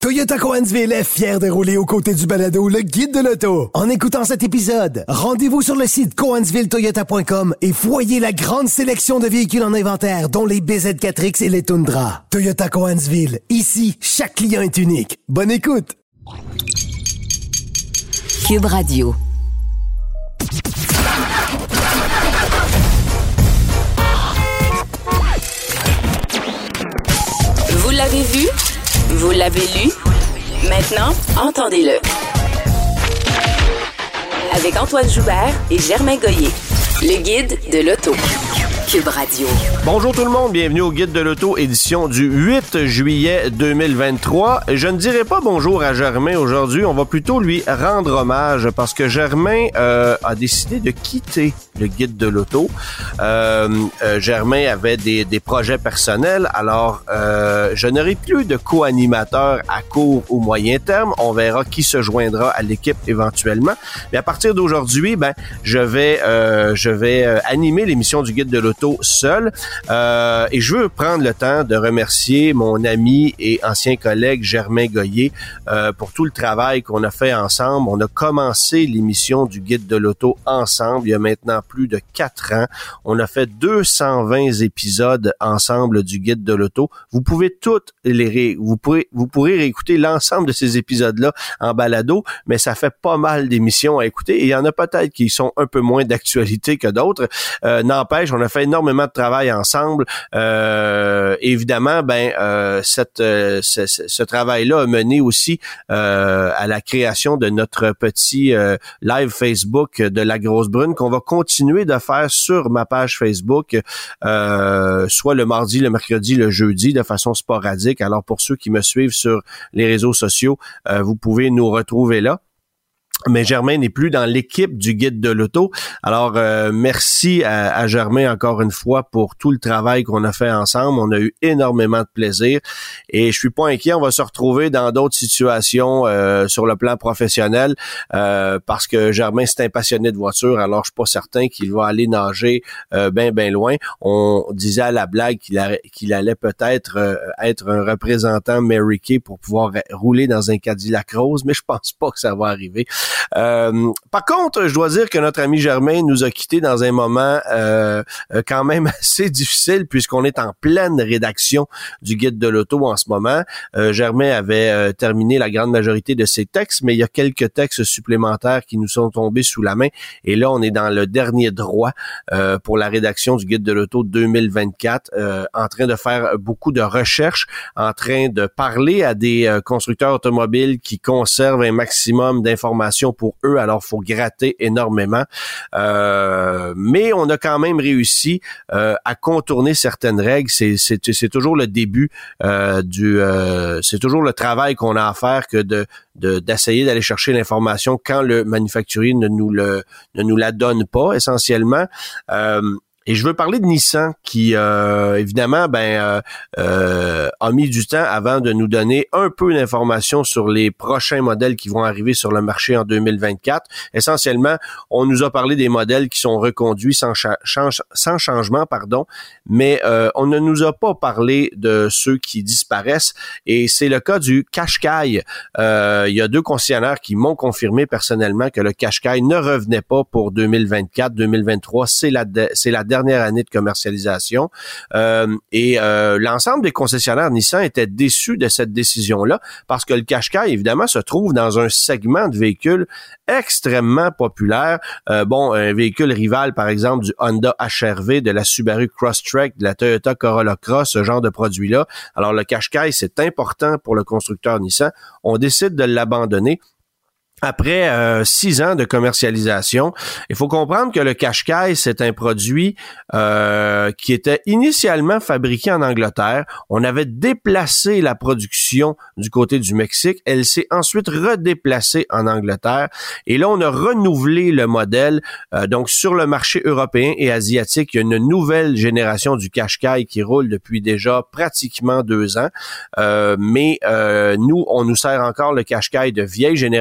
Toyota Cohensville est fier de rouler aux côtés du balado Le Guide de l'auto. En écoutant cet épisode, rendez-vous sur le site cohensvilletoyota.com et voyez la grande sélection de véhicules en inventaire, dont les BZ4X et les Tundra. Toyota Cohensville, ici, chaque client est unique. Bonne écoute! Cube Radio. Vous l'avez vu? Vous l'avez lu? Maintenant, entendez-le. Avec Antoine Joubert et Germain Goyer. Le guide de l'auto. Cube Radio. Bonjour tout le monde, bienvenue au Guide de l'auto, édition du 8 juillet 2023. Je ne dirai pas bonjour à Germain aujourd'hui, on va plutôt lui rendre hommage parce que Germain a décidé de quitter le Guide de l'auto. Germain avait des projets personnels, alors je n'aurai plus de co-animateur à court ou moyen terme. On verra qui se joindra à l'équipe éventuellement. Mais à partir d'aujourd'hui, je vais animer l'émission du Guide de l'auto seul. Et je veux prendre le temps de remercier mon ami et ancien collègue Germain Goyer pour tout le travail qu'on a fait ensemble. On a commencé l'émission du Guide de l'auto ensemble il y a maintenant plus de 4 ans. On a fait 220 épisodes ensemble du Guide de l'auto. Vous pouvez vous pourrez réécouter l'ensemble de ces épisodes-là en balado, mais ça fait pas mal d'émissions à écouter et il y en a peut-être qui sont un peu moins d'actualité que d'autres. N'empêche, on a fait énormément de travail ensemble. Évidemment, ce travail-là a mené aussi à la création de notre petit live Facebook de La Grosse Brune qu'on va continuer de faire sur ma page Facebook, soit le mardi, le mercredi, le jeudi, de façon sporadique. Alors, pour ceux qui me suivent sur les réseaux sociaux, vous pouvez nous retrouver là. Mais Germain n'est plus dans l'équipe du Guide de l'auto. Alors, merci à Germain encore une fois pour tout le travail qu'on a fait ensemble. On a eu énormément de plaisir et je suis pas inquiet. On va se retrouver dans d'autres situations sur le plan professionnel parce que Germain, c'est un passionné de voiture. Alors, je suis pas certain qu'il va aller nager bien loin. On disait à la blague qu'il allait peut-être être un représentant Mary Kay pour pouvoir rouler dans un Cadillac rose, mais je pense pas que ça va arriver. Par contre, je dois dire que notre ami Germain nous a quittés dans un moment quand même assez difficile puisqu'on est en pleine rédaction du Guide de l'auto en ce moment. Germain avait terminé la grande majorité de ses textes, mais il y a quelques textes supplémentaires qui nous sont tombés sous la main et là, on est dans le dernier droit pour la rédaction du Guide de l'auto 2024, en train de faire beaucoup de recherches, en train de parler à des constructeurs automobiles qui conservent un maximum d'informations pour eux, alors faut gratter énormément. Mais on a quand même réussi à contourner certaines règles. C'est toujours le début c'est toujours le travail qu'on a à faire que d'essayer d'aller chercher l'information quand le manufacturier ne nous la donne pas, essentiellement. Et je veux parler de Nissan qui, évidemment, a mis du temps avant de nous donner un peu d'informations sur les prochains modèles qui vont arriver sur le marché en 2024. Essentiellement, on nous a parlé des modèles qui sont reconduits sans changement, mais on ne nous a pas parlé de ceux qui disparaissent. Et c'est le cas du Qashqai. Il y a 2 concessionnaires qui m'ont confirmé personnellement que le Qashqai ne revenait pas pour 2024. 2023, c'est la dernière année de commercialisation. L'ensemble des concessionnaires Nissan étaient déçus de cette décision-là parce que le Qashqai, évidemment, se trouve dans un segment de véhicules extrêmement populaire. Un véhicule rival, par exemple, du Honda HR-V, de la Subaru Crosstrek, de la Toyota Corolla Cross, ce genre de produit-là. Alors, le Qashqai, c'est important pour le constructeur Nissan. On décide de l'abandonner. Après 6 ans de commercialisation, il faut comprendre que le Qashqai, c'est un produit qui était initialement fabriqué en Angleterre. On avait déplacé la production du côté du Mexique. Elle s'est ensuite redéplacée en Angleterre. Et là, on a renouvelé le modèle. Donc, sur le marché européen et asiatique, il y a une nouvelle génération du Qashqai qui roule depuis déjà pratiquement 2 ans. Mais nous, on nous sert encore le Qashqai de vieille génération qui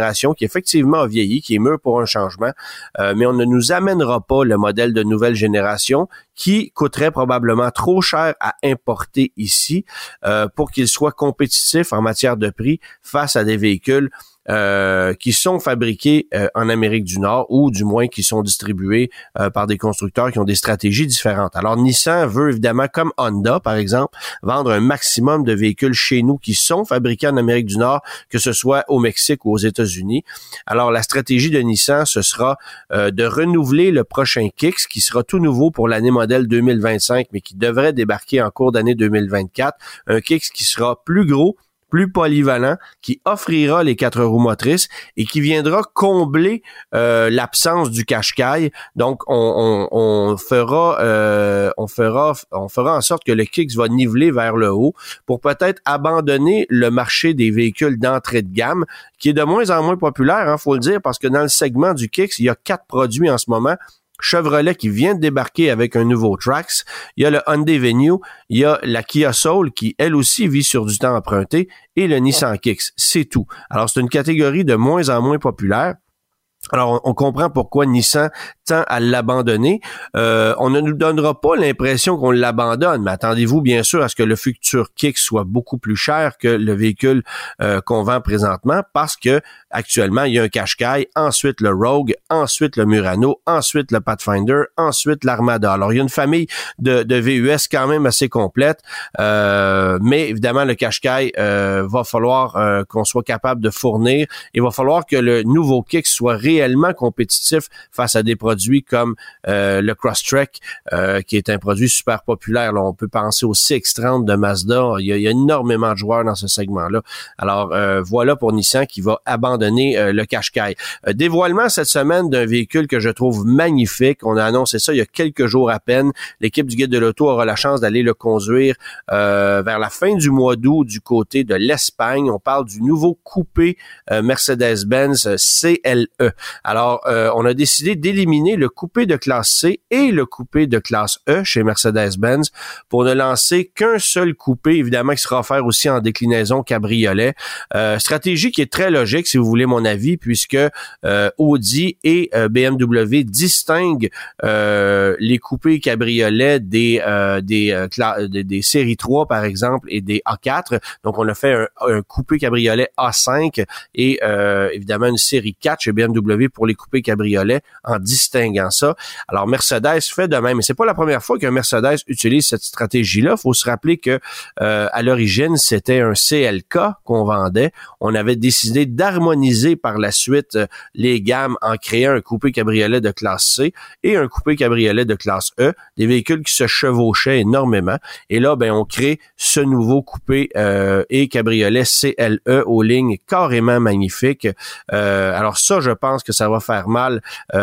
effectivement a vieilli, qui est mûr pour un changement, mais on ne nous amènera pas le modèle de nouvelle génération qui coûterait probablement trop cher à importer ici pour qu'il soit compétitif en matière de prix face à des véhicules qui sont fabriqués en Amérique du Nord ou du moins qui sont distribués par des constructeurs qui ont des stratégies différentes. Alors Nissan veut évidemment, comme Honda par exemple, vendre un maximum de véhicules chez nous qui sont fabriqués en Amérique du Nord, que ce soit au Mexique ou aux États-Unis. Alors la stratégie de Nissan, ce sera de renouveler le prochain Kicks qui sera tout nouveau pour l'année modèle 2025 mais qui devrait débarquer en cours d'année 2024. Un Kicks qui sera plus gros, plus polyvalent, qui offrira les 4 roues motrices et qui viendra combler l'absence du Qashqai. Donc, on fera en sorte que le Kicks va niveler vers le haut pour peut-être abandonner le marché des véhicules d'entrée de gamme, qui est de moins en moins populaire, faut le dire, parce que dans le segment du Kicks, il y a 4 produits en ce moment. Chevrolet qui vient de débarquer avec un nouveau Trax, il y a le Hyundai Venue, il y a la Kia Soul qui, elle aussi, vit sur du temps emprunté, et le Nissan Kicks. C'est tout. Alors, c'est une catégorie de moins en moins populaire. Alors, on comprend pourquoi Nissan tend à l'abandonner. On ne nous donnera pas l'impression qu'on l'abandonne, mais attendez-vous bien sûr à ce que le futur Kicks soit beaucoup plus cher que le véhicule qu'on vend présentement, parce que actuellement, il y a un Qashqai, ensuite le Rogue, ensuite le Murano, ensuite le Pathfinder, ensuite l'Armada. Alors, il y a une famille de VUS quand même assez complète, mais évidemment, le Qashqai va falloir qu'on soit capable de fournir. Il va falloir que le nouveau Kicks soit réellement compétitif face à des produits comme le Crosstrek, qui est un produit super populaire. Là, on peut penser au CX-30 de Mazda. Il y a énormément de joueurs dans ce segment-là. Alors, voilà pour Nissan qui va abandonner le Qashqai. Dévoilement cette semaine d'un véhicule que je trouve magnifique. On a annoncé ça il y a quelques jours à peine. L'équipe du Guide de l'Auto aura la chance d'aller le conduire vers la fin du mois d'août du côté de l'Espagne. On parle du nouveau coupé Mercedes-Benz CLE. Alors, on a décidé d'éliminer le coupé de classe C et le coupé de classe E chez Mercedes-Benz pour ne lancer qu'un seul coupé, évidemment, qui sera offert aussi en déclinaison cabriolet. Stratégie qui est très logique, si vous voulez mon avis, puisque Audi et BMW distinguent les coupés cabriolets des séries 3, par exemple, et des A4. Donc, on a fait un coupé cabriolet A5 et évidemment une série 4 chez BMW pour les coupés cabriolets en distinguant ça. Alors, Mercedes fait de même. Mais c'est pas la première fois qu'un Mercedes utilise cette stratégie-là. Il faut se rappeler que à l'origine, c'était un CLK qu'on vendait. On avait décidé d'harmoniser par la suite les gammes en créant un coupé cabriolet de classe C et un coupé cabriolet de classe E, des véhicules qui se chevauchaient énormément. Et là, on crée ce nouveau coupé et cabriolet CLE aux lignes carrément magnifiques. Alors ça, je pense que ça va faire mal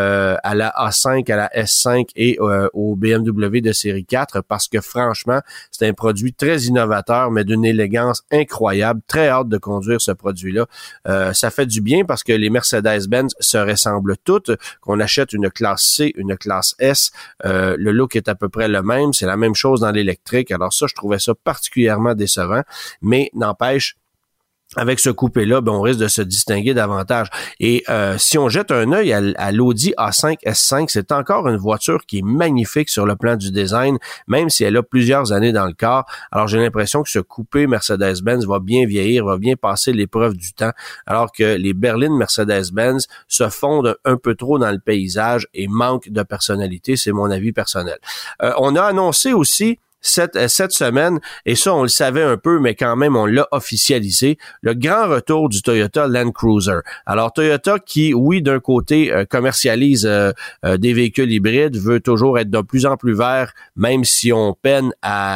à la A5, à la S5 et au BMW de série 4 parce que franchement, c'est un produit très innovateur, mais d'une élégance incroyable. Très hâte de conduire ce produit-là. Ça fait du bien parce que les Mercedes-Benz se ressemblent toutes. Qu'on achète une classe C, une classe S, le look est à peu près le même. C'est la même chose dans l'électrique. Alors ça, je trouvais ça particulièrement décevant, mais n'empêche, avec ce coupé-là, on risque de se distinguer davantage. Et si on jette un œil à l'Audi A5 S5, c'est encore une voiture qui est magnifique sur le plan du design, même si elle a plusieurs années dans le corps. Alors j'ai l'impression que ce coupé Mercedes-Benz va bien vieillir, va bien passer l'épreuve du temps, alors que les berlines Mercedes-Benz se fondent un peu trop dans le paysage et manquent de personnalité. C'est mon avis personnel. On a annoncé aussi cette semaine, et ça on le savait un peu, mais quand même on l'a officialisé, le grand retour du Toyota Land Cruiser. Alors Toyota qui, oui, d'un côté commercialise des véhicules hybrides, veut toujours être de plus en plus vert, même si on peine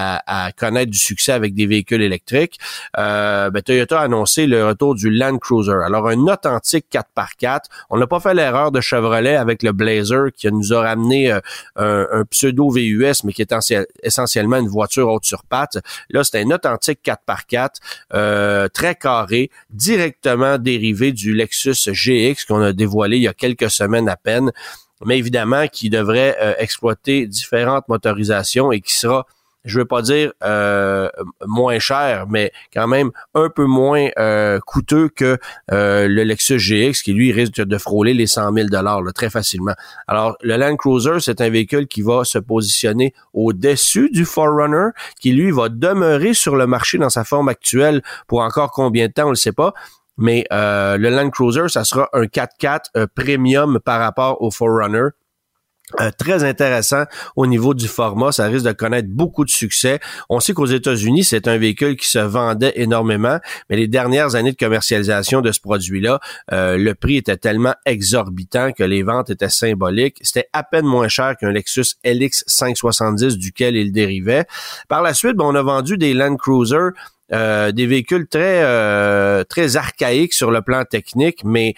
à connaître du succès avec des véhicules électriques. Toyota a annoncé le retour du Land Cruiser. Alors un authentique 4x4. On n'a pas fait l'erreur de Chevrolet avec le Blazer qui nous a ramené un pseudo VUS, mais qui est essentiellement une voiture haute sur pattes. Là, c'est un authentique 4x4, très carré, directement dérivé du Lexus GX qu'on a dévoilé il y a quelques semaines à peine, mais évidemment qui devrait exploiter différentes motorisations et qui sera je veux pas dire moins cher, mais quand même un peu moins coûteux que le Lexus GX, qui lui risque de frôler les 100 000 $ là, très facilement. Alors, le Land Cruiser, c'est un véhicule qui va se positionner au-dessus du 4Runner, qui lui va demeurer sur le marché dans sa forme actuelle pour encore combien de temps, on le sait pas. Mais le Land Cruiser, ça sera un 4x4 premium par rapport au 4Runner. Très intéressant au niveau du format, ça risque de connaître beaucoup de succès. On sait qu'aux États-Unis, c'est un véhicule qui se vendait énormément, mais les dernières années de commercialisation de ce produit-là, le prix était tellement exorbitant que les ventes étaient symboliques. C'était à peine moins cher qu'un Lexus LX 570 duquel il dérivait. Par la suite, on a vendu des Land Cruiser, des véhicules très archaïques sur le plan technique, mais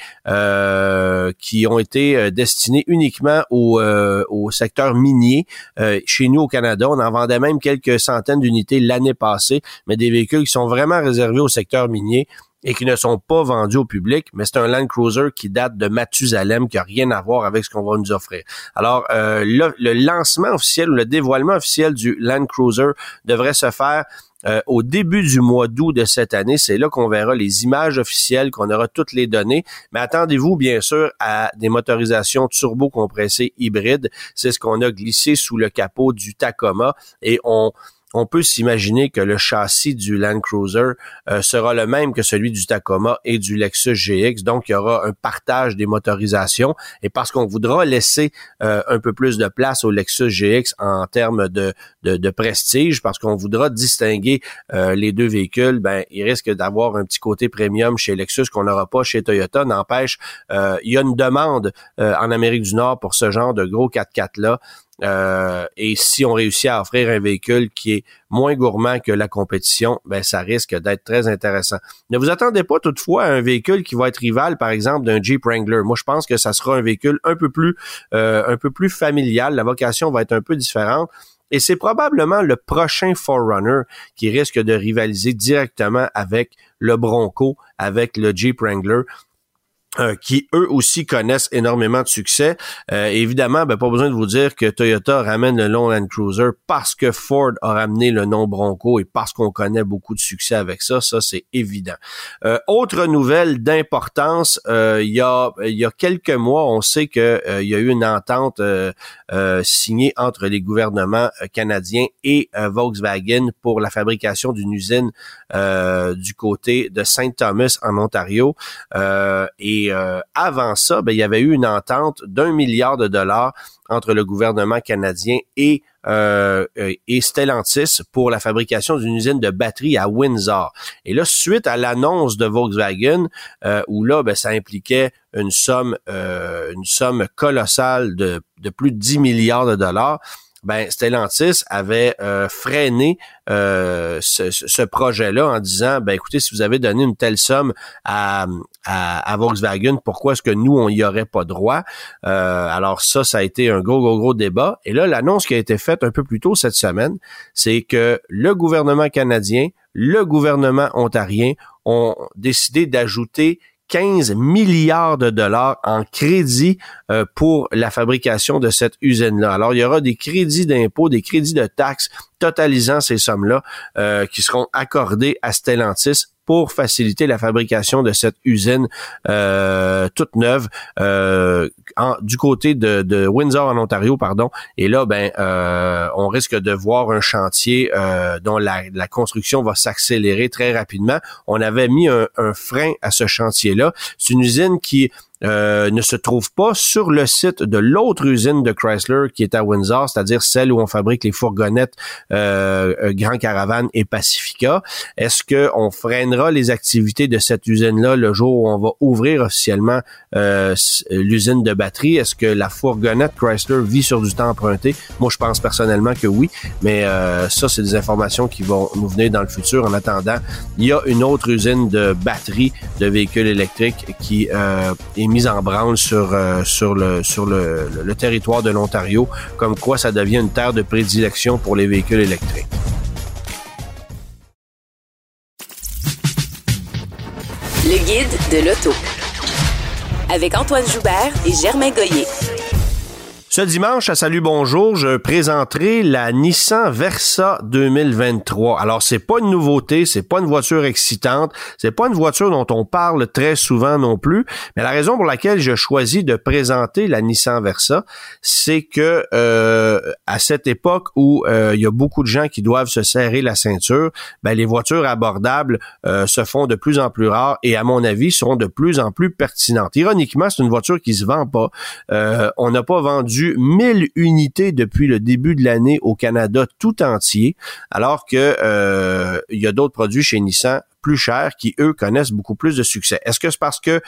qui ont été destinés uniquement au secteur minier. Chez nous au Canada, on en vendait même quelques centaines d'unités l'année passée, mais des véhicules qui sont vraiment réservés au secteur minier et qui ne sont pas vendus au public, mais c'est un Land Cruiser qui date de Mathusalem, qui a rien à voir avec ce qu'on va nous offrir. Alors, le lancement officiel ou le dévoilement officiel du Land Cruiser devrait se faire au début du mois d'août de cette année. C'est là qu'on verra les images officielles, qu'on aura toutes les données. Mais attendez-vous bien sûr à des motorisations turbo-compressées hybrides. C'est ce qu'on a glissé sous le capot du Tacoma et on peut s'imaginer que le châssis du Land Cruiser sera le même que celui du Tacoma et du Lexus GX. Donc, il y aura un partage des motorisations. Et parce qu'on voudra laisser un peu plus de place au Lexus GX en termes de prestige, parce qu'on voudra distinguer les deux véhicules, ben il risque d'avoir un petit côté premium chez Lexus qu'on n'aura pas chez Toyota. N'empêche, il y a une demande en Amérique du Nord pour ce genre de gros 4x4-là. Et si on réussit à offrir un véhicule qui est moins gourmand que la compétition, ben ça risque d'être très intéressant. Ne vous attendez pas toutefois à un véhicule qui va être rival, par exemple, d'un Jeep Wrangler. Moi, je pense que ça sera un véhicule un peu plus familial. La vocation va être un peu différente. Et c'est probablement le prochain 4Runner qui risque de rivaliser directement avec le Bronco, avec le Jeep Wrangler. Qui eux aussi connaissent énormément de succès. Évidemment, pas besoin de vous dire que Toyota ramène le nom Land Cruiser parce que Ford a ramené le nom Bronco et parce qu'on connaît beaucoup de succès avec ça. Ça, c'est évident. Autre nouvelle d'importance, il y a quelques mois, on sait que il y a eu une entente signée entre les gouvernements canadiens et Volkswagen pour la fabrication d'une usine du côté de Saint Thomas en Ontario. Et avant ça, il y avait eu une entente d'1 milliard de dollars entre le gouvernement canadien et Stellantis pour la fabrication d'une usine de batteries à Windsor. Et là, suite à l'annonce de Volkswagen, où là, ça impliquait une somme colossale de plus de 10 milliards de dollars, Stellantis avait freiné ce projet-là en disant, écoutez, si vous avez donné une telle somme à Volkswagen, pourquoi est-ce que nous, on y aurait pas droit? Alors ça a été un gros débat. Et là, l'annonce qui a été faite un peu plus tôt cette semaine, c'est que le gouvernement canadien, le gouvernement ontarien ont décidé d'ajouter 15 milliards de dollars en crédit pour la fabrication de cette usine-là. Alors, il y aura des crédits d'impôts, des crédits de taxes totalisant ces sommes-là qui seront accordées à Stellantis pour faciliter la fabrication de cette usine toute neuve du côté de Windsor en Ontario, pardon. Et là, on risque de voir un chantier dont la construction va s'accélérer très rapidement. On avait mis un frein à ce chantier-là. C'est une usine qui ne se trouve pas sur le site de l'autre usine de Chrysler qui est à Windsor, c'est-à-dire celle où on fabrique les fourgonnettes Grand Caravan et Pacifica. Est-ce que on freinera les activités de cette usine-là le jour où on va ouvrir officiellement l'usine de batterie? Est-ce que la fourgonnette Chrysler vit sur du temps emprunté? Moi, je pense personnellement que oui, mais ça, c'est des informations qui vont nous venir dans le futur. En attendant, il y a une autre usine de batterie de véhicules électriques qui est mise en branle sur le territoire de l'Ontario, comme quoi ça devient une terre de prédilection pour les véhicules électriques. Le guide de l'auto. Avec Antoine Joubert et Germain Goyer. Ce dimanche, à Salut Bonjour, je présenterai la Nissan Versa 2023. Alors, c'est pas une nouveauté, c'est pas une voiture excitante, c'est pas une voiture dont on parle très souvent non plus, mais la raison pour laquelle je choisis de présenter la Nissan Versa, c'est que à cette époque où il y a beaucoup de gens qui doivent se serrer la ceinture, ben les voitures abordables se font de plus en plus rares et à mon avis seront de plus en plus pertinentes. Ironiquement, c'est une voiture qui se vend pas. On n'a pas vendu 1000 unités depuis le début de l'année au Canada tout entier, alors que il y a d'autres produits chez Nissan plus chers qui, eux, connaissent beaucoup plus de succès. Est-ce que c'est parce que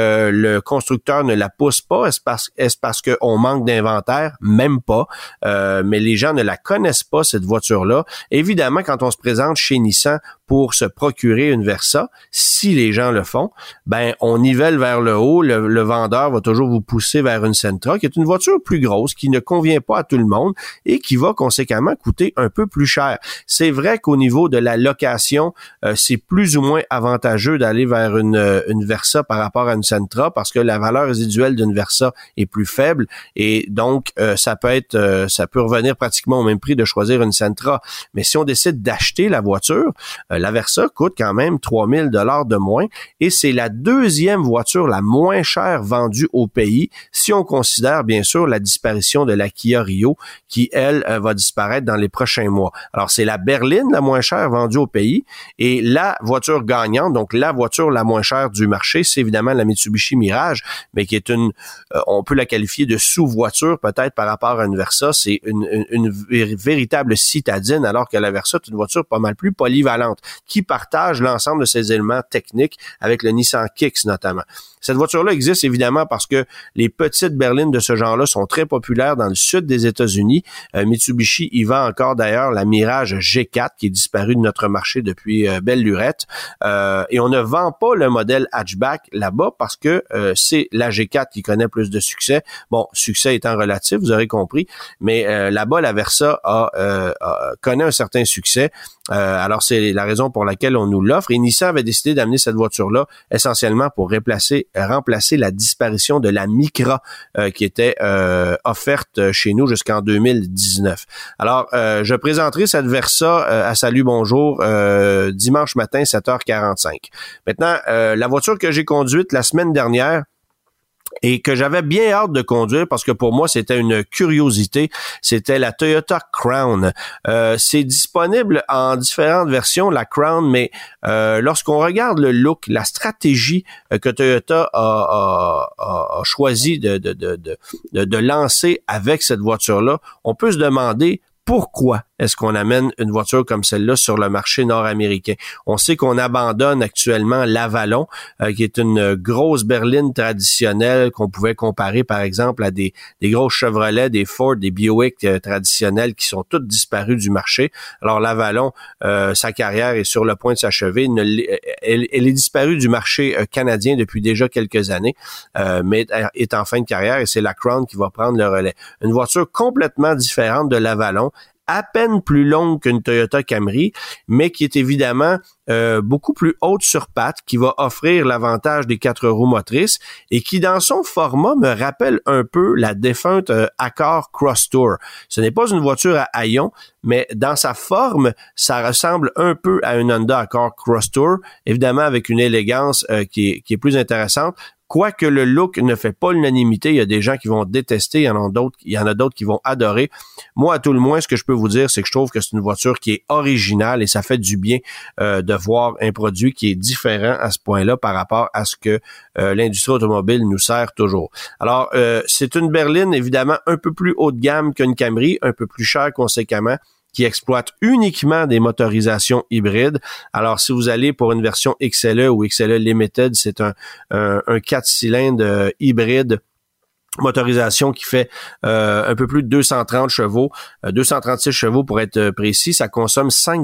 le constructeur ne la pousse pas? Est-ce parce qu'on manque d'inventaire? Même pas. Mais les gens ne la connaissent pas, cette voiture-là. Évidemment, quand on se présente chez Nissan pour se procurer une Versa, si les gens le font, ben on nivelle vers le haut. Le vendeur va toujours vous pousser vers une Sentra, qui est une voiture plus grosse, qui ne convient pas à tout le monde et qui va conséquemment coûter un peu plus cher. C'est vrai qu'au niveau de la location, c'est plus ou moins avantageux d'aller vers une Versa par rapport à une Sentra parce que la valeur résiduelle d'une Versa est plus faible et donc ça peut revenir pratiquement au même prix de choisir une Sentra. Mais si on décide d'acheter la voiture, la Versa coûte quand même 3000 $ de moins et c'est la deuxième voiture la moins chère vendue au pays si on considère bien sûr la disparition de la Kia Rio qui, elle, va disparaître dans les prochains mois. Alors, c'est la berline la moins chère vendue au pays et la voiture gagnante, donc la voiture la moins chère du marché, c'est évidemment la Mitsubishi Mirage, mais qui est on peut la qualifier de sous-voiture peut-être par rapport à une Versa. C'est une véritable citadine alors que la Versa est une voiture pas mal plus polyvalente qui partage l'ensemble de ses éléments techniques avec le Nissan Kicks notamment. Cette voiture-là existe évidemment parce que les petites berlines de ce genre-là sont très populaires dans le sud des États-Unis. Mitsubishi y vend encore d'ailleurs la Mirage G4 qui est disparue de notre marché depuis belle lurette. Et on ne vend pas le modèle hatchback là-bas parce que c'est la G4 qui connaît plus de succès. Bon, succès étant relatif, vous aurez compris, mais là-bas, la Versa connaît un certain succès. Alors, c'est la raison pour laquelle on nous l'offre. Et Nissan avait décidé d'amener cette voiture-là essentiellement pour remplacer la disparition de la Micra qui était offerte chez nous jusqu'en 2019. Alors, je présenterai cette Versa à Salut Bonjour dimanche matin, 7h45. Maintenant, la voiture que j'ai conduite la semaine dernière, et que j'avais bien hâte de conduire parce que pour moi, c'était une curiosité. C'était la Toyota Crown. C'est disponible en différentes versions, la Crown, mais lorsqu'on regarde le look, la stratégie que Toyota a choisi de lancer avec cette voiture-là, on peut se demander pourquoi est-ce qu'on amène une voiture comme celle-là sur le marché nord-américain? On sait qu'on abandonne actuellement l'Avalon, qui est une grosse berline traditionnelle qu'on pouvait comparer, par exemple, à des grosses Chevrolet, des Ford, des Buick traditionnels qui sont toutes disparues du marché. Alors, l'Avalon, sa carrière est sur le point de s'achever. Elle est disparue du marché canadien depuis déjà quelques années, mais est en fin de carrière et c'est la Crown qui va prendre le relais. Une voiture complètement différente de l'Avalon, à peine plus longue qu'une Toyota Camry, mais qui est évidemment beaucoup plus haute sur pattes, qui va offrir l'avantage des 4 roues motrices et qui, dans son format, me rappelle un peu la défunte Accord Cross Tour. Ce n'est pas une voiture à haillons, mais dans sa forme, ça ressemble un peu à une Honda Accord Cross Tour, évidemment avec une élégance qui est plus intéressante. Quoique le look ne fait pas l'unanimité, il y a des gens qui vont détester, il y en a d'autres qui vont adorer. Moi, à tout le moins, ce que je peux vous dire, c'est que je trouve que c'est une voiture qui est originale et ça fait du bien de voir un produit qui est différent à ce point-là par rapport à ce que l'industrie automobile nous sert toujours. Alors, c'est une berline évidemment un peu plus haut de gamme qu'une Camry, un peu plus chère conséquemment, qui exploite uniquement des motorisations hybrides. Alors, si vous allez pour une version XLE ou XLE Limited, c'est un 4 cylindres hybride motorisation qui fait un peu plus de 230 chevaux, 236 chevaux pour être précis. Ça consomme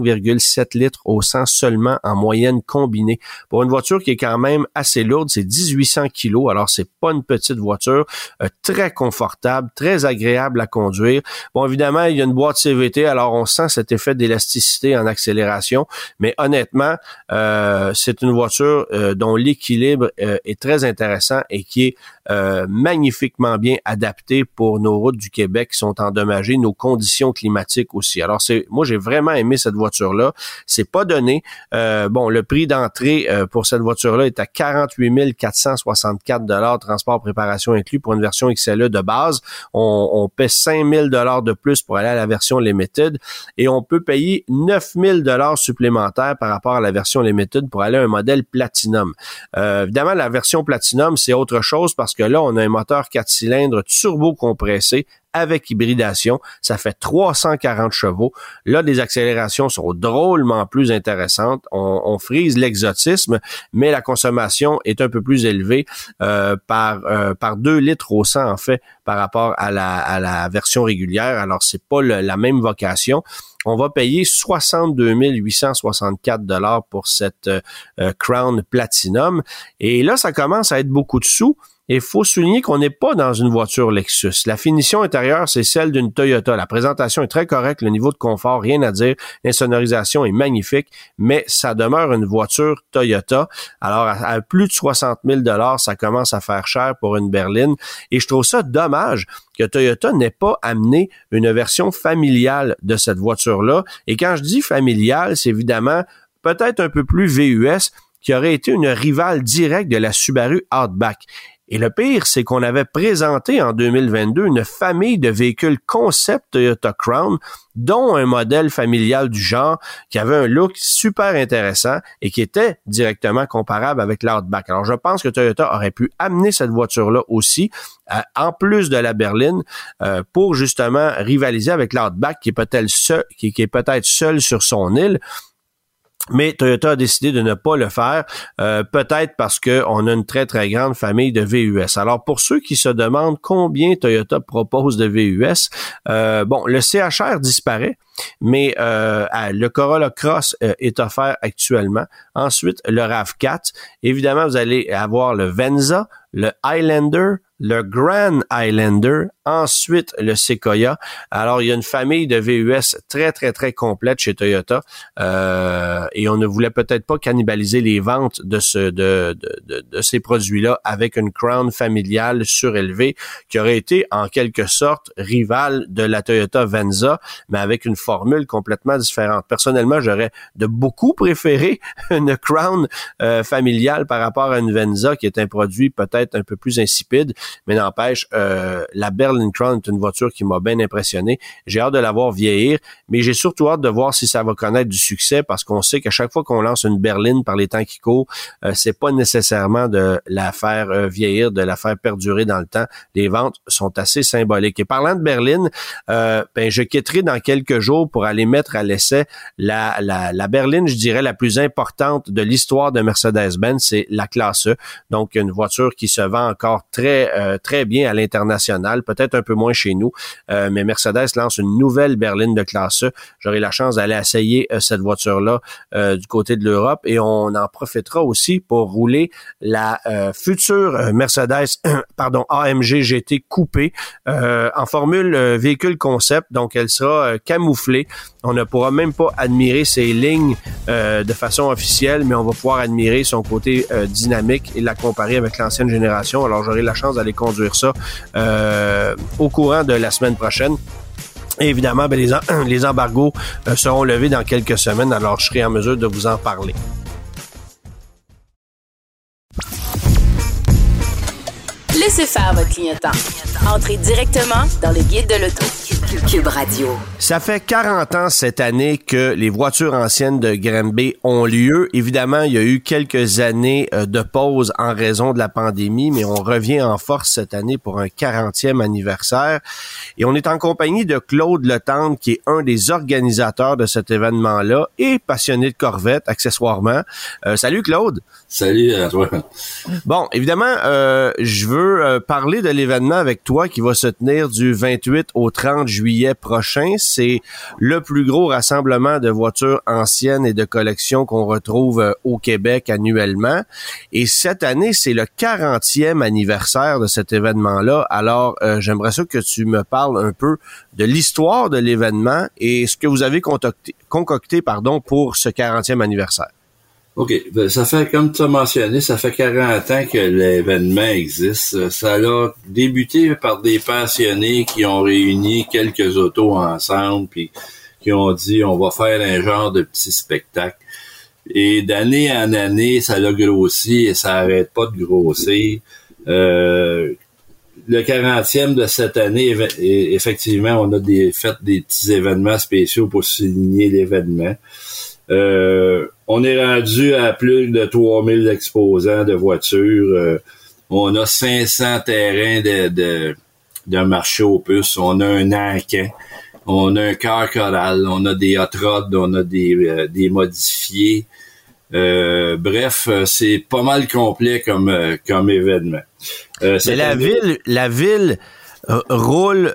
5,7 litres au 100 seulement en moyenne combinée. Pour une voiture qui est quand même assez lourde, c'est 1800 kilos, alors c'est pas une petite voiture, très confortable, très agréable à conduire. Bon, évidemment, il y a une boîte CVT, alors on sent cet effet d'élasticité en accélération, mais honnêtement, c'est une voiture dont l'équilibre est très intéressant et qui est magnifiquement magnifiquement bien adapté pour nos routes du Québec qui sont endommagées, nos conditions climatiques aussi. Alors, moi, j'ai vraiment aimé cette voiture-là. C'est pas donné. Le prix d'entrée pour cette voiture-là est à 48 464 $, transport, préparation inclus pour une version XLE de base. On paie 5 000 $ de plus pour aller à la version Limited et on peut payer 9 000 $ supplémentaires par rapport à la version Limited pour aller à un modèle Platinum. Évidemment, la version Platinum, c'est autre chose parce que là, on a un moteur 4 cylindres turbo compressé avec hybridation. Ça fait 340 chevaux. Là, les accélérations sont drôlement plus intéressantes. On frise l'exotisme, mais la consommation est un peu plus élevée par 2 litres au 100, en fait, par rapport à la version régulière. Alors, c'est pas la même vocation. On va payer 62 864 $ pour cette Crown Platinum. Et là, ça commence à être beaucoup de sous. Et il faut souligner qu'on n'est pas dans une voiture Lexus. La finition intérieure, c'est celle d'une Toyota. La présentation est très correcte, le niveau de confort, rien à dire. L'insonorisation est magnifique, mais ça demeure une voiture Toyota. Alors, à plus de 60 000 $, ça commence à faire cher pour une berline. Et je trouve ça dommage que Toyota n'ait pas amené une version familiale de cette voiture-là. Et quand je dis familiale, c'est évidemment peut-être un peu plus VUS, qui aurait été une rivale directe de la Subaru Outback. Et le pire, c'est qu'on avait présenté en 2022 une famille de véhicules concept Toyota Crown, dont un modèle familial du genre qui avait un look super intéressant et qui était directement comparable avec l'Outback. Alors, je pense que Toyota aurait pu amener cette voiture-là aussi, en plus de la berline, pour justement rivaliser avec l'Outback qui est peut-être seul sur son île. Mais Toyota a décidé de ne pas le faire, peut-être parce qu'on a une très, très grande famille de VUS. Alors, pour ceux qui se demandent combien Toyota propose de VUS, le CHR disparaît, mais le Corolla Cross est offert actuellement. Ensuite, le RAV4. Évidemment, vous allez avoir le Venza, le Highlander, le Grand Highlander, ensuite le Sequoia. Alors, il y a une famille de VUS très, très, très complète chez Toyota et on ne voulait peut-être pas cannibaliser les ventes de ces produits-là avec une Crown familiale surélevée qui aurait été en quelque sorte rivale de la Toyota Venza, mais avec une formule complètement différente. Personnellement, j'aurais de beaucoup préféré une Crown familiale par rapport à une Venza qui est un produit peut-être un peu plus insipide. Mais n'empêche, la Berlin Crown est une voiture qui m'a bien impressionné. J'ai hâte de la voir vieillir, mais j'ai surtout hâte de voir si ça va connaître du succès parce qu'on sait qu'à chaque fois qu'on lance une berline par les temps qui courent, c'est pas nécessairement de la faire vieillir, de la faire perdurer dans le temps. Les ventes sont assez symboliques. Et parlant de berline, je quitterai dans quelques jours pour aller mettre à l'essai la berline, je dirais, la plus importante de l'histoire de Mercedes-Benz, c'est la Classe E. Donc, une voiture qui se vend encore très bien à l'international, peut-être un peu moins chez nous, mais Mercedes lance une nouvelle berline de Classe E. J'aurai la chance d'aller essayer cette voiture-là du côté de l'Europe et on en profitera aussi pour rouler la future Mercedes AMG GT coupée en formule véhicule concept, donc elle sera camouflée. On ne pourra même pas admirer ses lignes de façon officielle, mais on va pouvoir admirer son côté dynamique et la comparer avec l'ancienne génération. Alors, j'aurai la chance d'aller conduire ça au courant de la semaine prochaine. Et évidemment, les embargos seront levés dans quelques semaines, alors je serai en mesure de vous en parler. Laissez faire votre clignotant. Entrez directement dans le guide de l'auto. Cube Radio. Ça fait 40 ans cette année que les voitures anciennes de Granby ont lieu. Évidemment, il y a eu quelques années de pause en raison de la pandémie, mais on revient en force cette année pour un 40e anniversaire. Et on est en compagnie de Claude Letendre, qui est un des organisateurs de cet événement-là et passionné de Corvette, accessoirement. Salut Claude! Salut à toi! Bon, évidemment, je veux parler de l'événement avec toi qui va se tenir du 28 au 30 juillet prochain. C'est le plus gros rassemblement de voitures anciennes et de collections qu'on retrouve au Québec annuellement. Et cette année, c'est le 40e anniversaire de cet événement-là. Alors, j'aimerais ça que tu me parles un peu de l'histoire de l'événement et ce que vous avez concocté pour ce 40e anniversaire. OK. Ça fait, comme tu as mentionné, ça fait 40 ans que l'événement existe. Ça a débuté par des passionnés qui ont réuni quelques autos ensemble puis qui ont dit on va faire un genre de petit spectacle. Et d'année en année, ça l'a grossi et ça arrête pas de grossir. Le 40e de cette année, effectivement, on a fait des petits événements spéciaux pour souligner l'événement. On est rendu à plus de 3000 exposants de voitures. On a 500 terrains de marché aux puces. On a un encan. On a un car choral. On a des hot rods. On a des modifiés. Bref, c'est pas mal complet comme événement. Mais la ville roule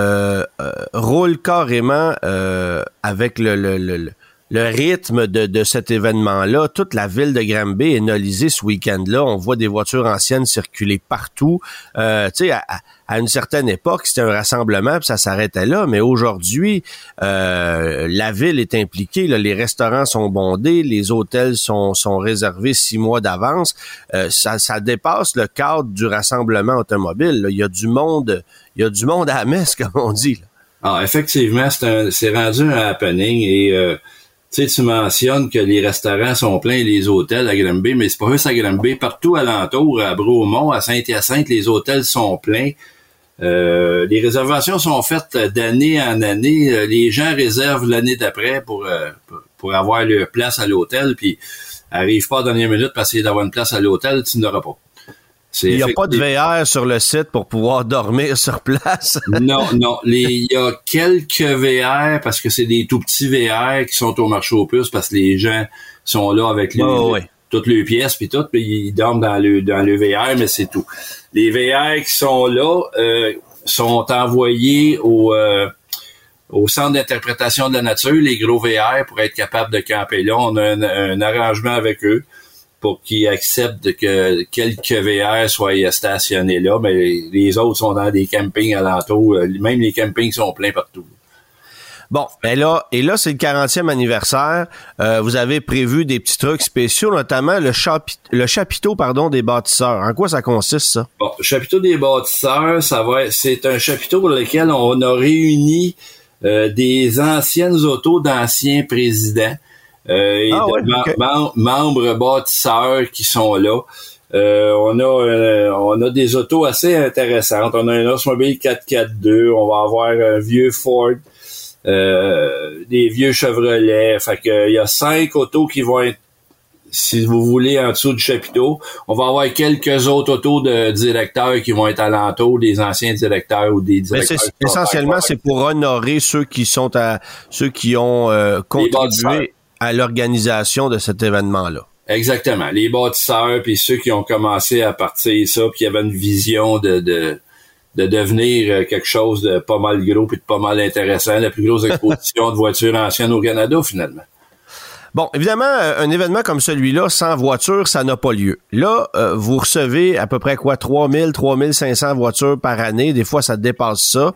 carrément avec le rythme de cet événement-là. Toute la ville de Granby est nolisée ce week-end-là. On voit des voitures anciennes circuler partout. Tu sais, à une certaine époque, c'était un rassemblement puis ça s'arrêtait là. Mais aujourd'hui, la ville est impliquée. Là, les restaurants sont bondés, les hôtels sont réservés 6 mois d'avance. Ça dépasse le cadre du rassemblement automobile. Là. Il y a du monde à la messe, comme on dit. Là. Ah, effectivement, c'est rendu un happening et tu sais, tu mentionnes que les restaurants sont pleins et les hôtels à Granby, mais c'est pas juste à Granby. Partout alentour, à Bromont, à Saint-Hyacinthe, les hôtels sont pleins. Les réservations sont faites d'année en année. Les gens réservent l'année d'après pour avoir leur place à l'hôtel, puis arrive pas à la dernière minute pour essayer d'avoir une place à l'hôtel, tu n'auras pas. Il n'y a pas de VR sur le site pour pouvoir dormir sur place. Non. Il y a quelques VR parce que c'est des tout petits VR qui sont au marché aux puces parce que les gens sont là avec toutes les pièces puis tout, puis ils dorment dans le VR, mais c'est tout. Les VR qui sont là sont envoyés au centre d'interprétation de la nature, les gros VR, pour être capable de camper là. On a un arrangement avec eux pour qu'ils acceptent que quelques VR soient stationnés là, mais les autres sont dans des campings alentours. Même les campings sont pleins partout. Bon, ben là, c'est le 40e anniversaire. Vous avez prévu des petits trucs spéciaux, notamment le chapiteau, des bâtisseurs. En quoi ça consiste, ça? Bon, le chapiteau des bâtisseurs, c'est un chapiteau pour lequel on a réuni des anciennes autos d'anciens présidents. Membres bâtisseurs qui sont là. On a des autos assez intéressantes. On a un Oldsmobile 4x4-2. On va avoir un vieux Ford, des vieux Chevrolet. Fait que il y a 5 autos qui vont être, si vous voulez, en dessous du chapiteau. On va avoir quelques autres autos de directeurs qui vont être alentour, des anciens directeurs ou des directeurs. Mais essentiellement, c'est pour honorer ceux qui ont contribué à l'organisation de cet événement-là. Exactement. Les bâtisseurs, puis ceux qui ont commencé à partir ça, puis qui avaient une vision de devenir quelque chose de pas mal gros puis de pas mal intéressant, la plus grosse exposition de voitures anciennes au Canada, finalement. Bon, évidemment, un événement comme celui-là, sans voiture, ça n'a pas lieu. Là, vous recevez à peu près 3500 voitures par année. Des fois, ça dépasse ça.